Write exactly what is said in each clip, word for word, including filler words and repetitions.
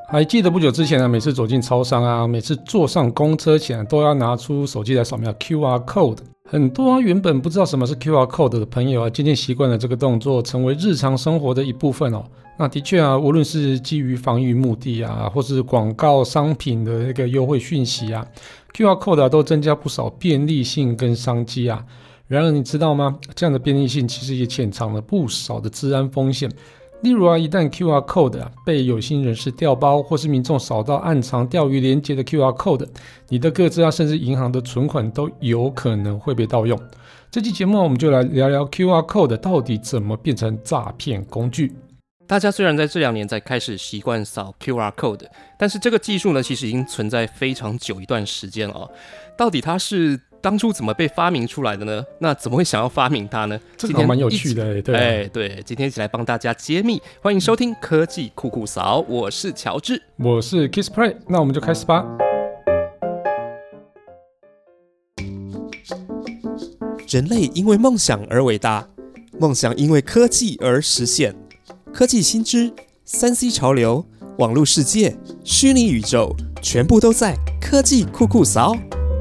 还记得不久之前啊，每次走进超商啊，每次坐上公车前都要拿出手机来扫描 Q R code。很多啊原本不知道什么是 Q R code 的朋友啊，渐渐习惯了这个动作，成为日常生活的一部分哦。那的确啊，无论是基于防御目的啊，或是广告商品的那个优惠讯息啊 ，Q R code 啊都增加不少便利性跟商机啊。然而你知道吗？这样的便利性其实也潜藏了不少的治安风险。例如啊，一旦 Q R code 啊被有心人士调包，或是民众扫到暗藏钓鱼连结的 Q R code， 你的个资啊，甚至银行的存款都有可能会被盗用。这期节目我们就来聊聊 Q R code 到底怎么变成诈骗工具。 大家虽然在这两年才开始习惯扫 Q R code， 但是这个技术呢，其实已经存在非常久一段时间了哦。到底它是当初怎么被发明出来的呢？那怎么会想要发明它呢？ 这个蛮有趣的耶，对啊， 哎，对，今天一起来帮大家揭秘。欢迎收听科技酷酷扫，我是乔治， 我是 Kissplay， 那我们就开始吧。 人类因为梦想而伟大，梦想因为科技而实现。科技新知、三 C 潮流、网络世界、虚拟宇宙，全部都在科技酷酷扫。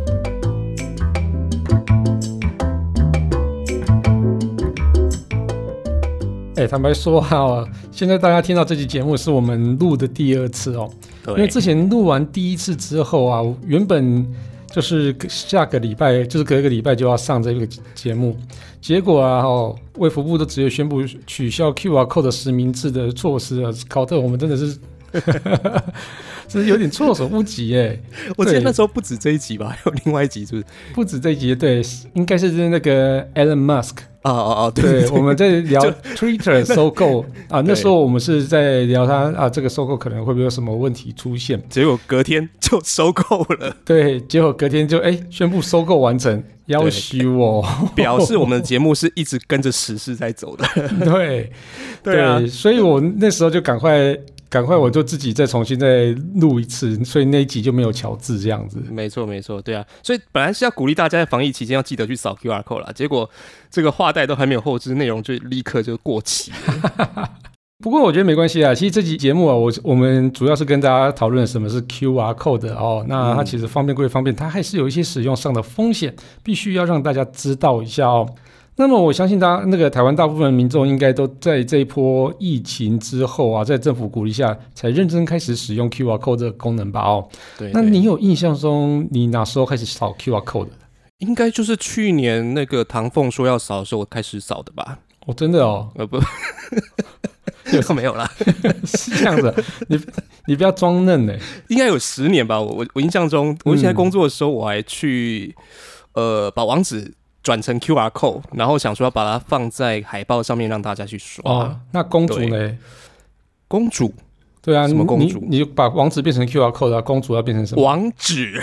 哎，坦白说啊，现在大家听到这期节目是我们录的第二次哦，因为之前录完第一次之后啊，原本就是下个礼拜，就是隔一个礼拜就要上这个节目，结果啊，哦，卫福部都直接宣布取消 Q R code 的实名制的措施了，搞得我们真的是，真是有点措手不及耶。 我记得那时候不止这一集吧，还有另外一集是不是？ 不止这一集，对，应该是那个 Elon Musk。 哦哦哦，对， 对，对，我们在聊 Twitter 收购啊，那时候我们是在聊它啊，这个收购可能会不会有什么问题出现？ 结果隔天就收购了， 对，结果隔天就哎宣布收购完成，要许我表示我们的节目是一直跟着时事在走的， 对对啊， 对，所以我那时候就赶快。赶快我就自己再重新再录一次，所以那一集就没有乔治这样子。 没错没错，对啊，所以本来是要鼓励大家在防疫期间要记得去扫 Q R code 啦，结果这个话带都还没有后置，内容就立刻就过期了。 不过我觉得没关系啊，其实这集节目啊，我我们主要是跟大家讨论什么是 Q R code 哦，那它其实方便归方便，它还是有一些使用上的风险，必须要让大家知道一下哦。那么我相信大家那个台湾大部分民众应该都在这一波疫情之后啊，在政府鼓励下才认真开始使用 Q R code 这个功能吧哦。 对， 那你有印象中你哪时候开始扫 Q R code 的？ 应该就是去年那个唐凤说要扫的时候我开始扫的吧？ 哦，真的哦？ 呃不，有没有啦？ 是这样子，你你不要装嫩呢。 应该有十年吧？我我我印象中，我以前工作的时候我还去、嗯、呃把网址转成 Q R code， 然后想说要把它放在海报上面让大家去刷。 哦，那公主呢？ 公主？ 对啊， 什么公主？ 你你把网址变成 Q R code 啊，公主要变成什么？ 网址。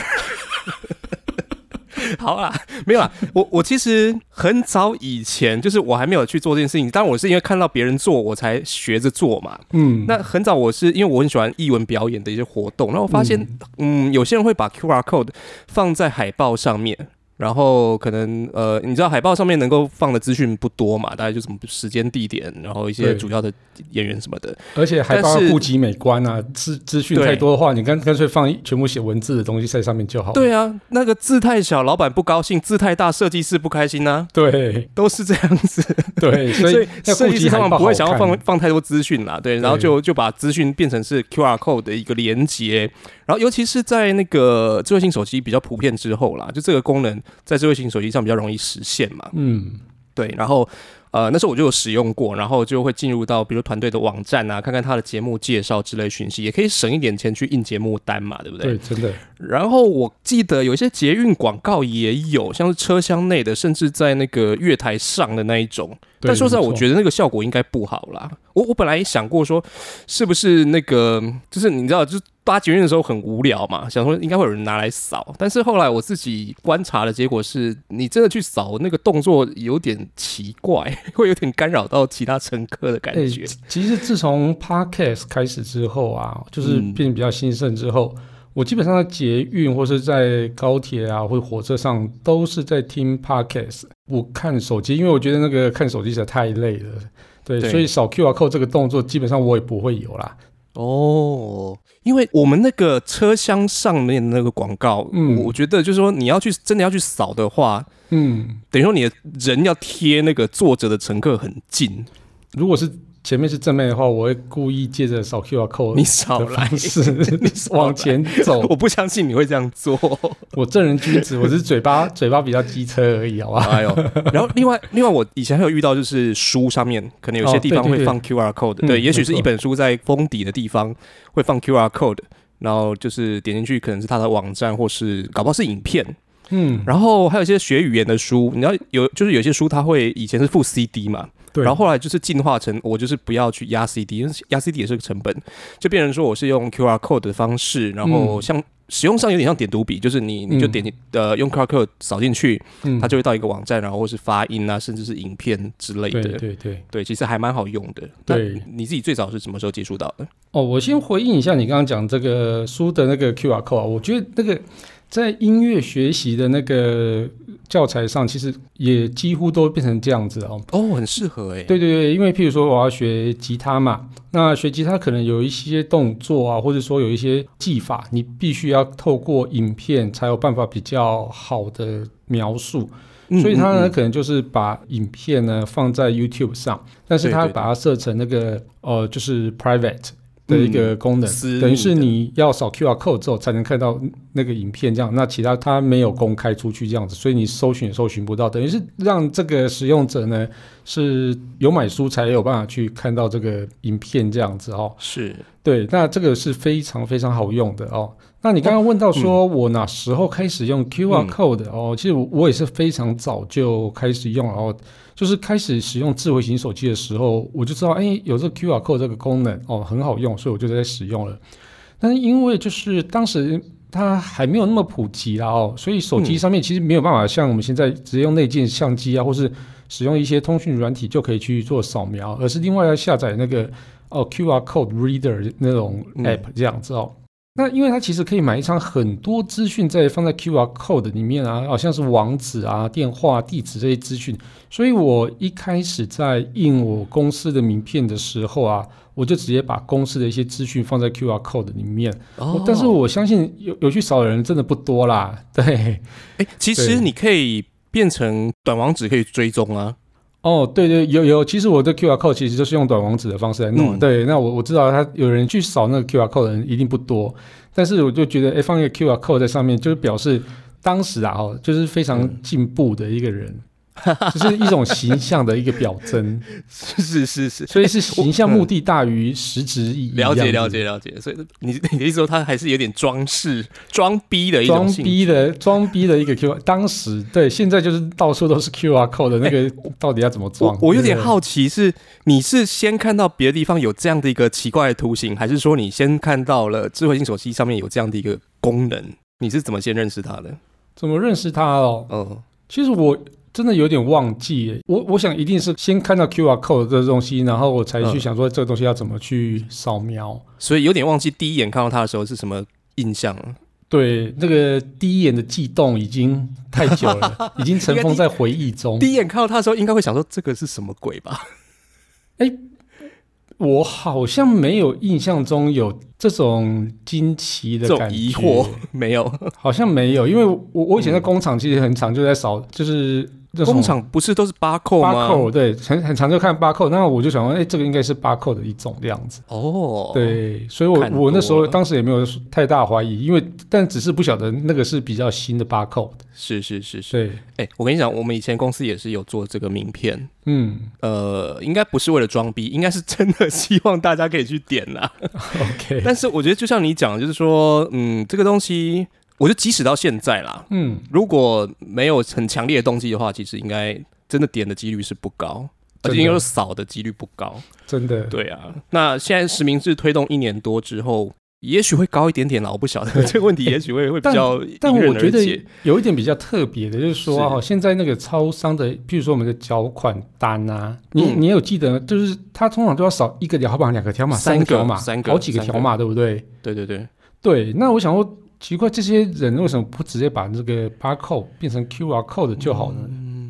好啦，没有啦，我我其实很早以前，就是我还没有去做这件事情，当然我是因为看到别人做，我才学着做嘛。嗯，那很早我是因为我很喜欢艺文表演的一些活动，然后我发现，嗯, 嗯，有些人会把 Q R code 放在海报上面。然后可能呃，你知道海报上面能够放的资讯不多嘛，大概就什么时间、地点，然后一些主要的演员什么的。 而且海报要顾及美观啊，资资讯太多的话，你干干脆放全部写文字的东西在上面就好了。 对啊，那个字太小，老板不高兴；字太大，设计师不开心啊。 对， 都是这样子。 对，所以设计师他们不会想要放放太多资讯啦，对，然后就就把资讯变成是 Q R code 的一个连结。然后尤其是在那个智慧型手机比较普遍之后啦，就这个功能在智慧型手机上比较容易实现嘛。嗯，对，然后呃那时候我就有使用过，然后就会进入到比如团队的网站啊，看看他的节目介绍之类讯息，也可以省一点钱去印节目单嘛，对不对？ 对，真的。 然后我记得有一些捷运广告也有，像是车厢内的，甚至在那个月台上的那一种。但说实在，我觉得那个效果应该不好啦。我我本来也想过说，是不是那个就是你知道，就是搭捷运的时候很无聊嘛，想说应该会有人拿来扫。但是后来我自己观察的结果是，你真的去扫那个动作有点奇怪，会有点干扰到其他乘客的感觉。 欸、其实自从 Podcast 开始之后啊，就是变比较兴盛之后。嗯，我基本上在捷运或是在高铁啊或者火车上都是在听 podcast， 不看手机，因为我觉得那个看手机实在太累了。 对, 对，所以扫 Q R code 这个动作基本上我也不会有啦。 哦，因为我们那个车厢上面那个广告，嗯，我觉得就是说你要去真的要去扫的话，嗯，等于说你的人要贴那个坐着的乘客很近。 如果是前面是正面的话，我会故意借着扫 Q R code 你少来你往前走。 我不相信你会这样做。 我正人君子，我只是嘴巴嘴巴比较机车而已，好吧？ 哎呦，然后另外另外我以前还有遇到，就是书上面可能有些地方会放 Q R code，、哦、对, 对, 对, 对，也许是一本书在封底的地方会放 Q R code， 然后就是点进去可能是他的网站，或是搞不好是影片。嗯，然后还有一些学语言的书，你要有就是有些书它会以前是附 C D 嘛。然后后来就是进化成我就是不要去压 C D， 因为压 C D 也是个成本，就变成说我是用 Q R code 的方式，然后像、嗯、使用上有点像点读笔，就是你你就点、嗯、呃用 Q R code 扫进去、嗯，它就会到一个网站，然后或是发音啊，甚至是影片之类的。 对对对对，其实还蛮好用的。对，你自己最早是什么时候接触到的？ 哦，我先回应一下你刚刚讲这个书的那个 Q R code， 我觉得那个在音乐学习的那个教材上，其实也几乎都变成这样子哦。 哦，很适合哎。 对对对，因为譬如说我要学吉他嘛，那学吉他可能有一些动作啊，或者说有一些技法，你必须要透过影片才有办法比较好的描述。嗯、所以他呢、嗯嗯，可能就是把影片呢放在 YouTube 上，但是他把它设成那个对对对呃，就是 private。的一个功能、嗯、等于是你要扫 Q R code 之后才能看到那个影片这样，那其他它没有公开出去这样子，所以你搜寻也搜寻不到，等于是让这个使用者呢是有买书才有办法去看到这个影片这样子哦。 是， 对，那这个是非常非常好用的哦。那你刚刚问到说我哪时候开始用 Q R code、嗯、哦，其实我也是非常早就开始用了哦。就是开始使用智慧型手机的时候，我就知道，哎，有这个 Q R code 这个功能哦，很好用，所以我就在使用了。但是因为就是当时它还没有那么普及啦哦，所以手机上面其实没有办法像我们现在直接用内建相机啊，或是使用一些通讯软体就可以去做扫描，而是另外要下载那个哦 Q R code reader 那种 app 这样子哦。嗯，那因为它其实可以买一张很多资讯再放在 Q R code 里面啊，好像是网址啊、电话、地址这些资讯，所以我一开始在印我公司的名片的时候啊，我就直接把公司的一些资讯放在 Q R code 里面。哦，但是我相信有有去扫的人真的不多啦。对， 欸，其实你可以变成短网址可以追踪啊。 哦，对对，有有，其实我的 Q R code 其实就是用短网址的方式来弄、嗯、对，那我我知道他有人去扫那个 Q R code 的人一定不多，但是我就觉得，哎，放一个 Q R code 在上面，就是表示当时啊，哦，就是非常进步的一个人。嗯，就是一种形象的一个表征。 是是是， 所以是形象目的大于实质意义。 了解了解了解，所以你你的意思说他还是有点装饰、装逼的一种性质， 装逼的装逼的一个 Q R。当时对，现在就是到处都是 Q R code 的那个，到底要怎么装？ 我, 我有点好奇是，你是先看到别的地方有这样的一个奇怪的图形，还是说你先看到了智慧型手机上面有这样的一个功能？你是怎么先认识它的？ 怎么认识它哦？嗯，其实我真的有点忘记耶，我我想一定是先看到 Q R code 这东西，然后我才去想说这个东西要怎么去扫描，嗯， 所以有点忘记第一眼看到它的时候是什么印象了。 对，那个第一眼的悸动已经太久了，已经尘封在回忆中。 第一眼看到它的时候，应该会想说这个是什么鬼吧？ 哎，我好像没有印象中有这种惊奇的感觉， 疑惑没有， 好像没有，因为我我以前在工厂其实很常就在扫，就是工厂不是都是巴扣吗？ 巴扣对，很很常就看巴扣，那我就想说，哎，这个应该是巴扣的一种这样子。 哦， 对，所以我我那时候当时也没有太大怀疑，因为但只是不晓得那个是比较新的巴扣。 是是是是， 对， 哎，我跟你讲，我们以前公司也是有做这个名片， 嗯， 呃，应该不是为了装逼，应该是真的希望大家可以去点啦。 OK， 但是我觉得就像你讲的，就是说，嗯，这个东西。我觉得即使到现在啦，嗯，如果没有很强烈的动机的话，其实应该真的点的几率是不高，而且应该说扫的几率不高， 真的。 对啊，那现在实名制推动一年多之后，也许会高一点点啦，我不晓得这个问题，也许会会比较迎刃而解。 但我觉得有一点比较特别的，就是说啊，现在那个超商的，譬如说我们的缴款单啊，你、嗯、你有记得，就是它通常都要扫一个条码、两个条码、三个条码、 三个、 好几个条码，对不对？ 对对对对。那我想说。奇怪，这些人为什么不直接把这个 barcode 变成 Q R code 就好呢？ 嗯，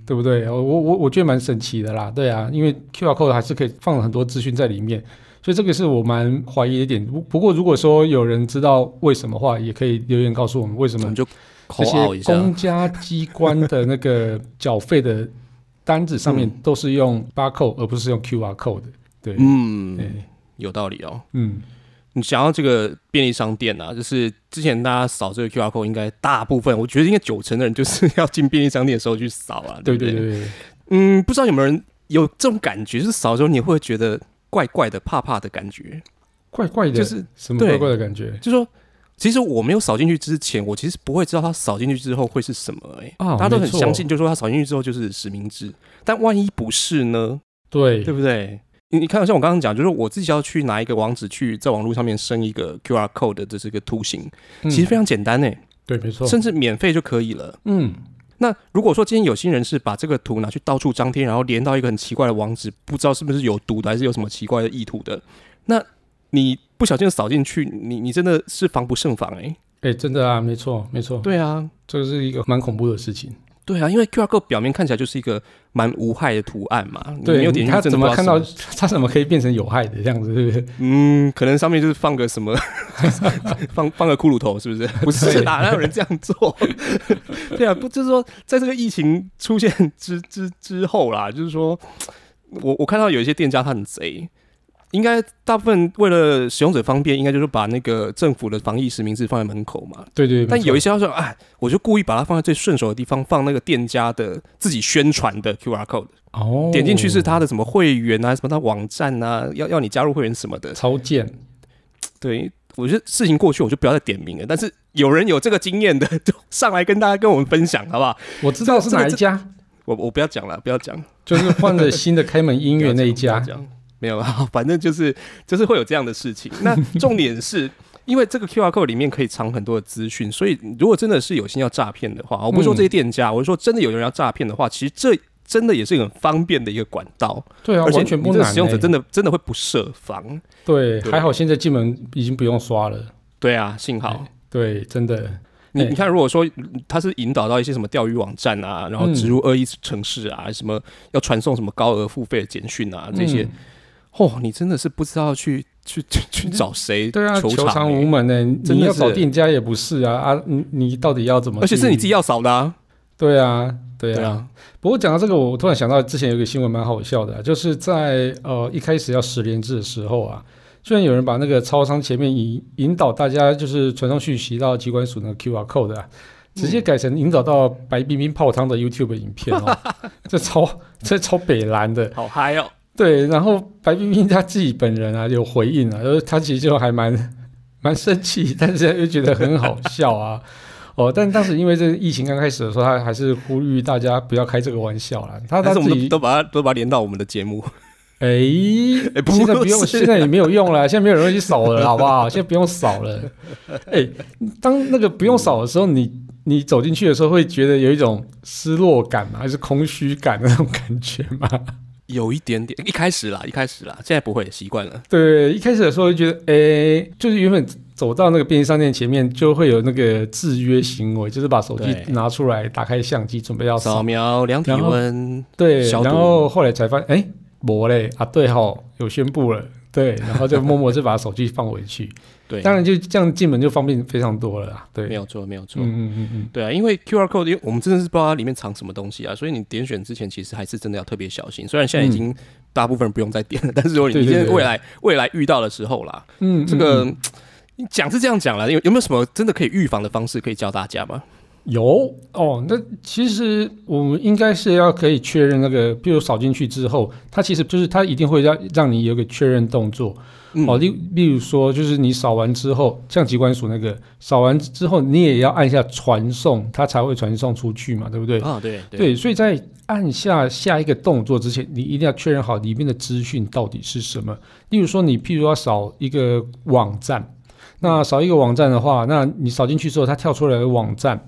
对不对？我我我觉得蛮神奇的啦，对啊，因为 Q R code 还是可以放很多资讯在里面，所以这个是我蛮怀疑的一点。不过如果说有人知道为什么的话，也可以留言告诉我们为什么就这些公家机关的那个缴费的单子上面都是用 barcode 而不是用 Q R code 的。对， 嗯，有道理哦。嗯。你想要这个便利商店啊，就是之前大家扫这个 Q R code， 应该大部分，我觉得应该九成的人就是要进便利商店的时候去扫啊，对不对？对对对。嗯，不知道有没有人有这种感觉，就是扫的时候你会觉得怪怪的、怕怕的感觉， 怪怪的，就是什么怪怪的感觉？ 就是说，其实我没有扫进去之前，我其实不会知道它扫进去之后会是什么、欸。哎、哦，大家都很相信，就是说它扫进去之后就是实名制，但万一不是呢？ 对， 对不对？你看，像我刚刚讲，就是我自己要去拿一个网址去在网络上面生一个 Q R code 的这是个图形，嗯、其实非常简单诶。 对，没错， 甚至免费就可以了。嗯，那如果说今天有心人士把这个图拿去到处张贴，然后连到一个很奇怪的网址，不知道是不是有毒的，还是有什么奇怪的意图的，那你不小心扫进去，你你真的是防不胜防诶。 哎、欸，真的啊，没错，没错。 对啊， 这是一个蛮恐怖的事情。 对啊，因为 Q R code 表面看起来就是一 个, 一个蛮无害的图案嘛， 对， 没有点进去他怎么看到他怎么可以变成有害的这样子，对不对？ 嗯，可能上面就是放个什么，放放个骷髅头，是不是？不是啦，哪有人这样做？对啊，不就是说，在这个疫情出现之之之后啦，就是说我我看到有一些店家他很贼。应该大部分为了使用者方便，应该就是把那个政府的防疫实名制放在门口嘛。 对 对, 对。 但有一些要说，哎，我就故意把它放在最顺手的地方，放那个店家的自己宣传的 Q R code。哦。点进去是他的什么会员啊，什么他网站啊，要要你加入会员什么的。 超贱。 对，我觉得事情过去我就不要再点名了。但是有人有这个经验的，就上来跟大家跟我们分享，好不好？ 我知道是哪一家。 我我不要讲了，不要讲。 就是换了新的开门音乐那一家。 没有，反正就是就是会有这样的事情。那重点是因为这个 Q R code 里面可以藏很多的资讯，所以如果真的是有心要诈骗的话，我不是说这些店家，嗯、我是说真的有人要诈骗的话，其实这真的也是一个很方便的一个管道。 对啊，完全不难、欸。 使用者真的真的会不设防。 对，对还好现在进门已经不用刷了。 对啊，幸好。 对，对真的。 你你看，如果说他是引导到一些什么钓鱼网站啊，然后植入恶意程式啊，嗯、什么要传送什么高额付费的简讯啊，这些。嗯哦，你真的是不知道去去去去找谁、欸？ 对啊，求偿无门呢、欸。你要找店家也不是啊啊！你你到底要怎么？ 而且是你自己要扫的啊。 对啊，对啊。 对啊不过讲到这个，我突然想到之前有一个新闻蛮好笑的、啊，就是在呃一开始要实联制的时候啊，居然有人把那个超商前面引引导大家就是传送讯息到机关署那个 Q R code 啊。直接改成引导到白冰冰泡汤的 YouTube 影片哦，这超这超北蓝的， 好嗨哦！ 对，然后白冰冰他自己本人啊有回应啊，就是他其实就还蛮蛮生气，但是又觉得很好笑啊。哦，但当时因为这个疫情刚开始的时候，他还是呼吁大家不要开这个玩笑啦。他他自己都把它都把它连到我们的节目。 哎、欸欸，现在不用，现在也没有用了，现在没有人会去扫了，好不好？现在不用扫了。哎、欸，当那个不用扫的时候，你你走进去的时候，会觉得有一种失落感吗？还是空虚感的那种感觉吗？ 有一点点，一开始啦，一开始啦，现在不会，习惯了。 对，一开始的时候就觉得，哎、欸，就是原本走到那个便利商店前面，就会有那个制约行为，就是把手机拿出来，打开相机，准备要扫描、量体温， 对，然后后来才发现，哎、欸，没嘞啊，对吼，有宣布了，对，然后就默默就把手机放回去。对，当然就这样进门就方便非常多了啦。对， 没有错，没有错。 嗯嗯嗯嗯， 对啊，因为 Q R code， 因为我们真的是不知道它里面藏什么东西啊，所以你点选之前其实还是真的要特别小心。虽然现在已经大部分人不用再点了，嗯、但是如果你今天未来未来遇到的时候啦，嗯，这个讲是这样讲啦，有有没有什么真的可以预防的方式可以教大家吗？ 有哦，那其实我们应该是要可以确认那个，比如扫进去之后，它其实就是它一定会让让你有个确认动作。嗯、哦，例例如说，就是你扫完之后，像疾管署那个扫完之后，你也要按下传送，它才会传送出去嘛，对不对？ 啊，对 对, 对，所以在按下下一个动作之前，你一定要确认好里面的资讯到底是什么。例如说，你譬如要扫一个网站，那扫一个网站的话，那你扫进去之后，它跳出来的网站。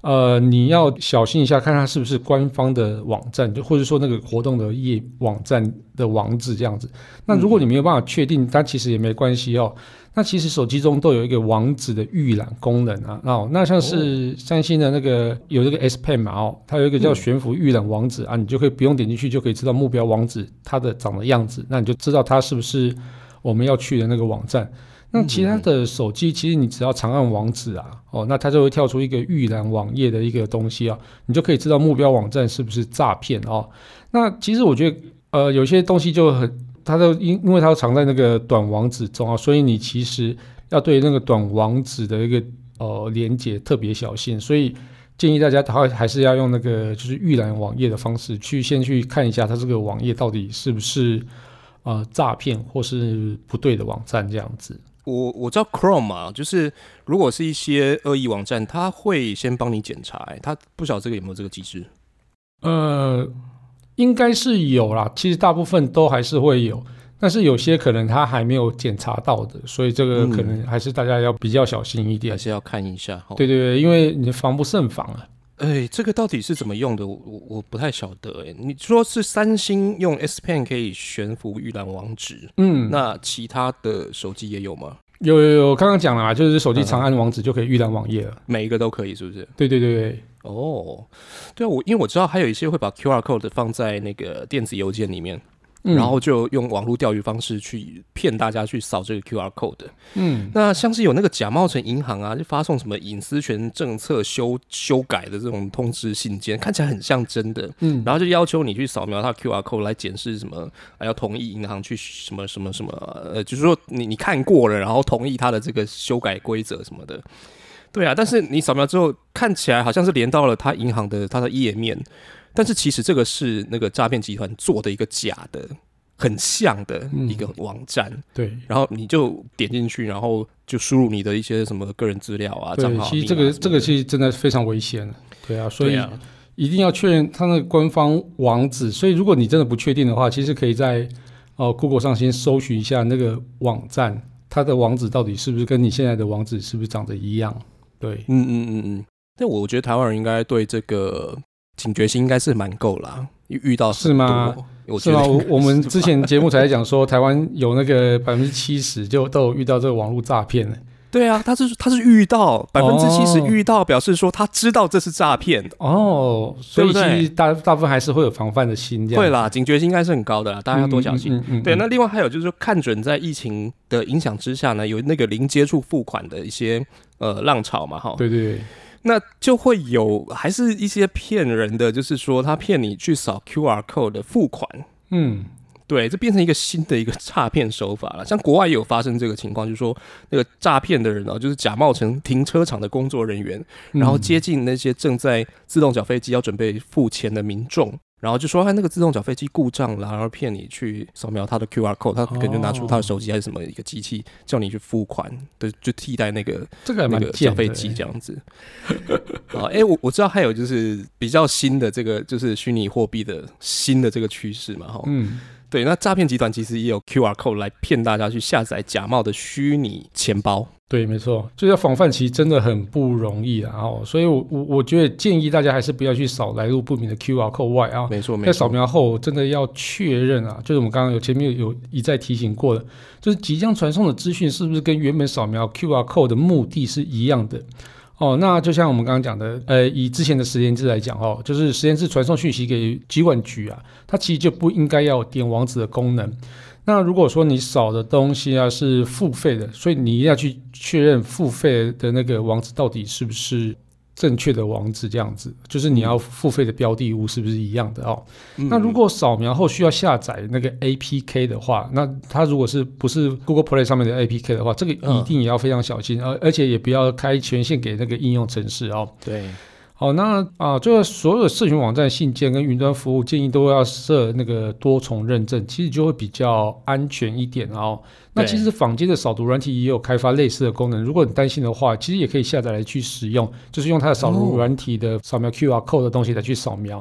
呃，你要小心一下，看它是不是官方的网站，就或者说那个活动的页网站的网址这样子。那如果你没有办法确定，它其实也没关系哦。那其实手机中都有一个网址的预览功能啊，哦，那像是三星的那个有这个 S Pen 嘛，哦，它有一个叫悬浮预览网址啊，你就可以不用点进去就可以知道目标网址它的长的样子，那你就知道它是不是我们要去的那个网站。那其他的手机其实你只要长按网址啊，哦，那它就会跳出一个预览网页的一个东西啊，你就可以知道目标网站是不是诈骗哦。那其实我觉得呃有些东西就很它都因因为它藏在那个短网址中啊，所以你其实要对那个短网址的一个呃连结特别小心，所以建议大家还是要用那个就是预览网页的方式去先去看一下它这个网页到底是不是呃诈骗或是不对的网站这样子。 我我知道 Chrome 嘛，就是如果是一些恶意网站，它会先帮你检查，欸，它不晓得这个有没有这个机制？ 呃，应该是有啦，其实大部分都还是会有，但是有些可能它还没有检查到的，所以这个可能还是大家要比较小心一点， 还是要看一下。 对对对，因为你防不胜防啊。 哎，这个到底是怎么用的？我我我不太晓得。哎，你说是三星用 S Pen 可以悬浮预览网址，嗯，那其他的手机也有吗？ 有有有，刚刚讲了嘛，就是手机长按网址就可以预览网页了， 每一个都可以，是不是？ 对对对对。 哦，对啊，我因为我知道还有一些会把 Q R code 放在那个电子邮件里面。嗯，然后就用网络钓鱼方式去骗大家去扫这个 Q R code。嗯，那像是有那个假冒成银行啊，就发送什么隐私权政策修修改的这种通知信件，看起来很像真的。嗯，然后就要求你去扫描它 Q R code 来检视什么，还要同意银行去什么什么什么，呃，就是说你你看过了，然后同意它的这个修改规则什么的。对啊，但是你扫描之后看起来好像是连到了它银行的它的页面。但是其实这个是那个诈骗集团做的一个假的、很像的一个网站，嗯、 对。 然后你就点进去，然后就输入你的一些什么个人资料啊、账号。 其实这个这个其实真的非常危险，对啊，所以一定要确认它那个官方网址。所以如果你真的不确定的话，其实可以在呃 Google 上先搜寻一下那个网站，它的网址到底是不是跟你现在的网址是不是长得一样？对， 嗯嗯嗯嗯。但我觉得台湾人应该对这个警觉性应该是蛮够啦，遇到是吗？ 我是吗？我们之前节目才在讲说，台湾有那个百分之七十就都有遇到这个网络诈骗了。 对啊，他是他是遇到百分之七十遇到，表示说他知道这是诈骗哦，所以其实大大部分还是会有防范的心，这样会啦，警觉性应该是很高的啦，大家要多小心。嗯嗯嗯嗯、对，那另外还有就是说，看准在疫情的影响之下呢，有那个零接触付款的一些呃浪潮嘛，哈， 对对对。 那就会有还是一些骗人的，就是说他骗你去扫 Q R code 的付款，嗯，对，这变成一个新的一个诈骗手法了。像国外也有发生这个情况，就是说那个诈骗的人哦，就是假冒成停车场的工作人员，然后接近那些正在自动缴费机要准备付钱的民众。然后就说他那个自动缴费机故障了，然后骗你去扫描他的 Q R code， 他可能就拿出他的手机还是什么一个机器，叫你去付款，对，就替代那个这个那个缴费机这样子。啊，哎，我我知道还有就是比较新的这个就是虚拟货币的新的这个趋势嘛，哈，嗯。对，那诈骗集团其实也有 Q R code 来骗大家去下载假冒的虚拟钱包。 对，没错，就是要防范，其实真的很不容易啊。哦，所以我我我觉得建议大家还是不要去扫来路不明的 Q R code 外啊。 没错，没错。 在扫描后，真的要确认啊，就是我们刚刚有前面有一再提醒过的，就是即将传送的资讯是不是跟原本扫描 Q R code 的目的是一样的。哦，那就像我们刚刚讲的，呃，以之前的实验制来讲，哦，就是实验制传送讯息给疾管局啊，它其实就不应该要有点网址的功能。那如果说你扫的东西啊是付费的，所以你一定要去确认付费的那个网址到底是不是正确的网址，这样子就是你要付费的标的物是不是一样的哦。嗯、那如果扫描后需要下载那个 A P K 的话，那它如果是不是 Google Play 上面的 A P K 的话，这个一定也要非常小心，而、嗯、而且也不要开权限给那个应用程式哦。 对。 好，那啊，这个所有社群网站信件跟云端服务建议都要设那个多重认证，其实就会比较安全一点哦。那其实坊间的扫毒软体也有开发类似的功能，如果你担心的话，其实也可以下载来去使用，就是用它的扫毒软体的扫描 Q R code 的东西来去扫描，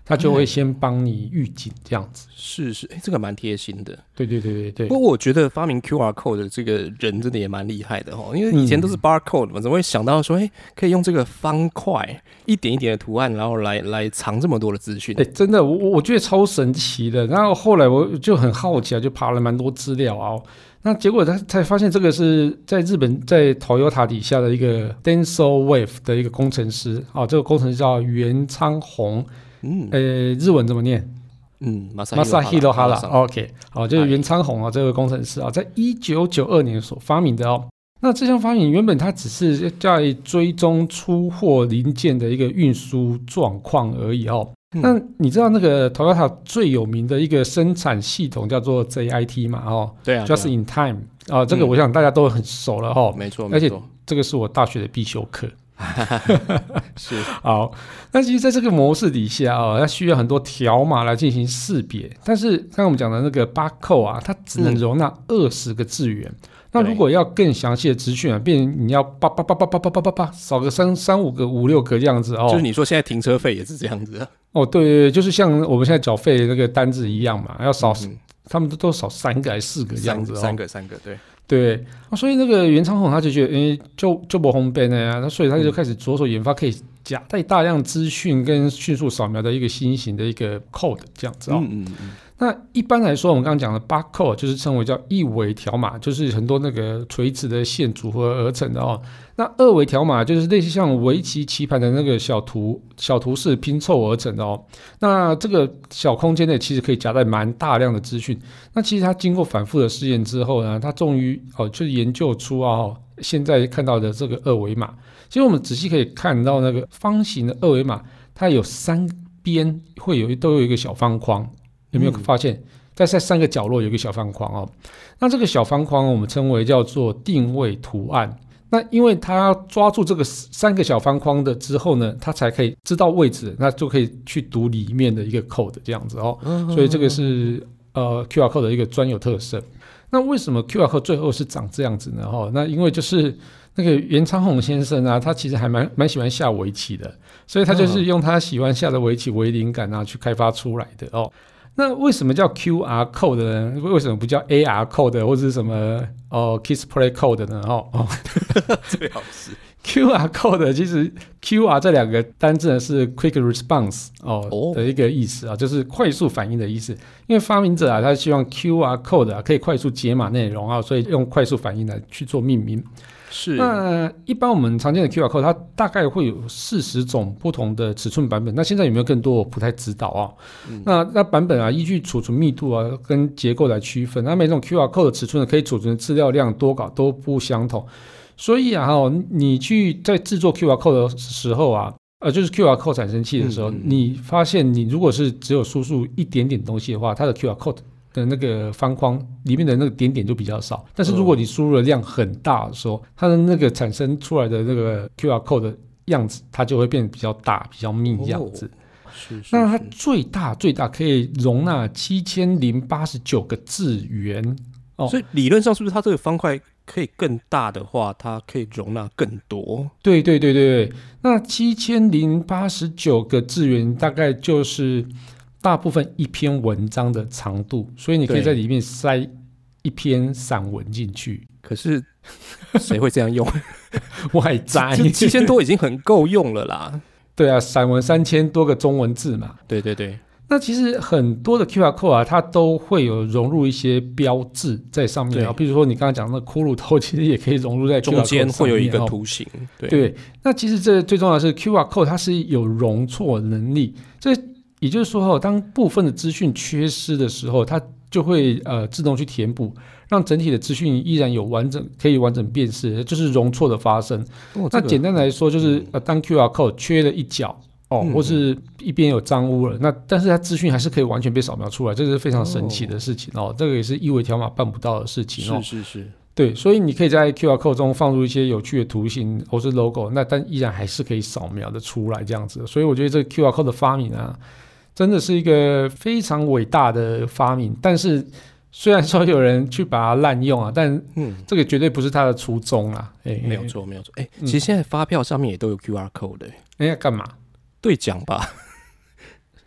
它就会先帮你预警这样子。 是是，哎，这个蛮贴心的。 对对对对对。 不过我觉得发明 Q R code 的这个人真的也蛮厉害的哦，因为以前都是 barcode 嘛，怎么会想到说，哎，可以用这个方块一点一点的图案，然后来来藏这么多的资讯？ 哎，真的，我我觉得超神奇的。然后后来我就很好奇啊，就爬了蛮多资料啊。那结果他才发现，这个是在日本在 Toyota 底下的一个 Denso Wave 的一个工程师啊，这个工程师叫原昌宏，嗯，呃，日文怎么念？ 嗯 ，Masahiro Hara，OK， 好，就是原昌宏啊，这位工程师啊，在一九九二年所发明的哦。那这项发明原本它只是在追踪出货零件的一个运输状况而已哦。嗯、那你知道那个 Toyota 最有名的一个生产系统叫做 J I T 嘛？哦， 对啊 ，Just in Time 啊、哦，这个我想大家都很熟了哈、哦嗯。没错， 而且这个是我大学的必修课。 是好，那其实在这个模式底下啊、哦，它需要很多条码来进行识别，但是刚刚我们讲的那个 barcode 啊，它只能容纳二十个字元。嗯，那如果要更详细的资讯啊，变你要叭叭叭叭叭叭叭叭叭少个三三五个五六个这样子哦。 就是你说现在停车费也是这样子啊？ 哦，对对对，就是像我们现在缴费那个单子一样嘛，要少，嗯、他们都都少三个还是四个这样子哦。 三个三个对对、啊，所以那个原昌宏他就觉得，哎，就就不方便呀，那所以他就开始着手研发可以夹带大量资讯跟迅速扫描的一个新型的一个 code 这样子哦。嗯嗯嗯。那一般来说，我们刚刚讲的 barcode 就是称为叫一维条码，就是很多那个垂直的线组合而成的哦。那二维条码就是类似像围棋棋盘的那个小图小图式拼凑而成的哦。那这个小空间内其实可以夹带蛮大量的资讯。那其实它经过反复的试验之后呢，它终于哦就是研究出啊、哦、现在看到的这个二维码。其实我们仔细可以看到那个方形的二维码，它有三边会有都有一个小方框。有没有发现，在在三个角落有一个小方框哦？那这个小方框我们称为叫做定位图案。那因为它要抓住这个三个小方框的之后呢，它才可以知道位置，那就可以去读里面的一个 code 这样子哦。所以这个是呃 Q R code 的一个专有特色。那为什么 Q R code 最后是长这样子呢？哦，那因为就是那个原昌宏先生啊，他其实还蛮蛮喜欢下围棋的，所以他就是用他喜欢下的围棋为灵感啊，去开发出来的哦。那为什么叫 Q R code 呢？为什么不叫 A R code 或者是什么哦 Kiss Play code 呢？哦哦， 最好是 Q R code 其实 Q R 这两个单字呢是 Quick Response 哦、oh. 的一个意思啊，就是快速反应的意思。因为发明者啊，他希望 Q R code 啊可以快速解码内容啊，所以用快速反应来去做命名。 是， 那一般我们常见的 Q R code 它大概会有四十种不同的尺寸版本，那现在有没有更多我不太知道啊、嗯、那那版本啊依据储存密度啊跟结构来区分，那每种 Q R code 的尺寸可以储存的资料量多寡都不相同，所以啊你去在制作 Q R code 的时候啊呃，就是 Q R code 产生器的时候、嗯、你发现你如果是只有输入一点点东西的话，它的 Q R code的那个方框里面的那个点点就比较少，但是如果你输入的量很大的时候，它的那个产生出来的那个 Q R code 的样子，它就会变得比较大、比较密样子。哦、是是是，那它最大最大可以容纳七千零八十九个字元哦， 所以理论上是不是它这个方块可以更大的话，它可以容纳更多？ 对对对对对，那七千零八十九个字元大概就是大部分一篇文章的长度，所以你可以在里面塞一篇散文进去。 可是谁会这样用？ 外摘七千多已经很够用了啦。 对啊，散文三千多个中文字嘛。 对对对。 那其实很多的 Q R code 啊，它都会有融入一些标志在上面啊，比如说你刚刚讲的骷髅头，其实也可以融入在 Q R code 上面， 中间会有一个图形。对。 对，那其实这最重要的是 Q R code 它是有容错能力，这也就是说，当部分的资讯缺失的时候，它就会呃自动去填补，让整体的资讯依然有完整，可以完整辨识，就是容错的发生。哦这个、那简单来说，就是呃当 Q R code 缺了一角哦，嗯、或是一边有脏污了，那但是它资讯还是可以完全被扫描出来，这是非常神奇的事情哦。哦这个也是一维条码办不到的事情哦。 是是是。 对，所以你可以在 Q R code 中放入一些有趣的图形或是 logo， 那但依然还是可以扫描的出来这样子。所以我觉得这个 Q R code 的发明啊。真的是一个非常伟大的发明，但是虽然说有人去把它滥用啊，但这个绝对不是他的初衷啊。 欸、没有错，没有错。哎、欸，其实现在发票上面也都有 Q R code 的、欸。 哎、欸，要干嘛？ 兑奖吧？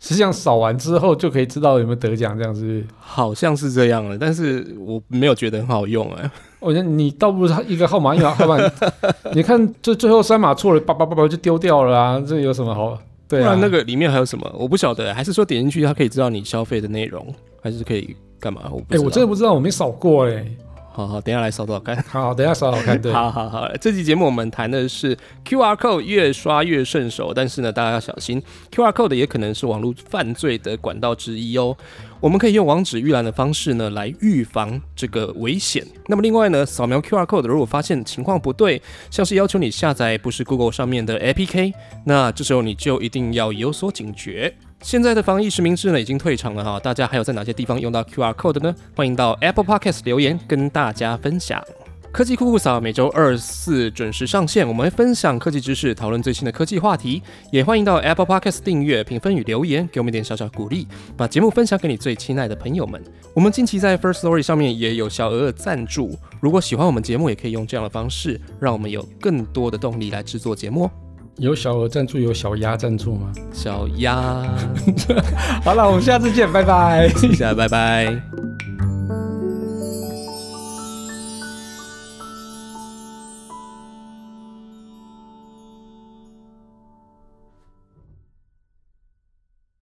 实际上扫完之后就可以知道有没有得奖，这样是不是？ 好像是这样的，但是我没有觉得很好用哎、欸。 我觉得你倒不如一个号码一码号码，你看这最后三码错了，叭叭叭叭就丢掉了啊，这有什么好？对啊， 不然那个里面还有什么？我不晓得，还是说点进去它可以知道你消费的内容，还是可以干嘛？我不知道。 哎、欸，我真的不知道，我没扫过哎、欸。 好好，等一下来扫扫看。 好，等一下扫扫看。对， 好好好，这期节目我们谈的是 Q R code 越刷越顺手，但是呢，大家要小心 ，Q R code 也可能是网络犯罪的管道之一哦。我们可以用网址预览的方式呢，来预防这个危险。那么另外呢，扫描 Q R code 如果发现情况不对，像是要求你下载不是 Google 上面的 A P K， 那这时候你就一定要有所警觉。现在的防疫实名制呢已经退场了哈，大家还有在哪些地方用到 Q R code 呢？欢迎到 Apple Podcast 留言跟大家分享。科技酷酷扫每周二四准时上线，我们会分享科技知识，讨论最新的科技话题，也欢迎到 Apple Podcast 订阅、评分与留言，给我们一点小小鼓励，把节目分享给你最亲爱的朋友们。我们近期在 First Story 上面也有小额的赞助，如果喜欢我们节目，也可以用这样的方式，让我们有更多的动力来制作节目。 有小额赞助，有小鸭赞助吗？ 小鸭。 好了，我们下次见，拜拜。 下拜拜。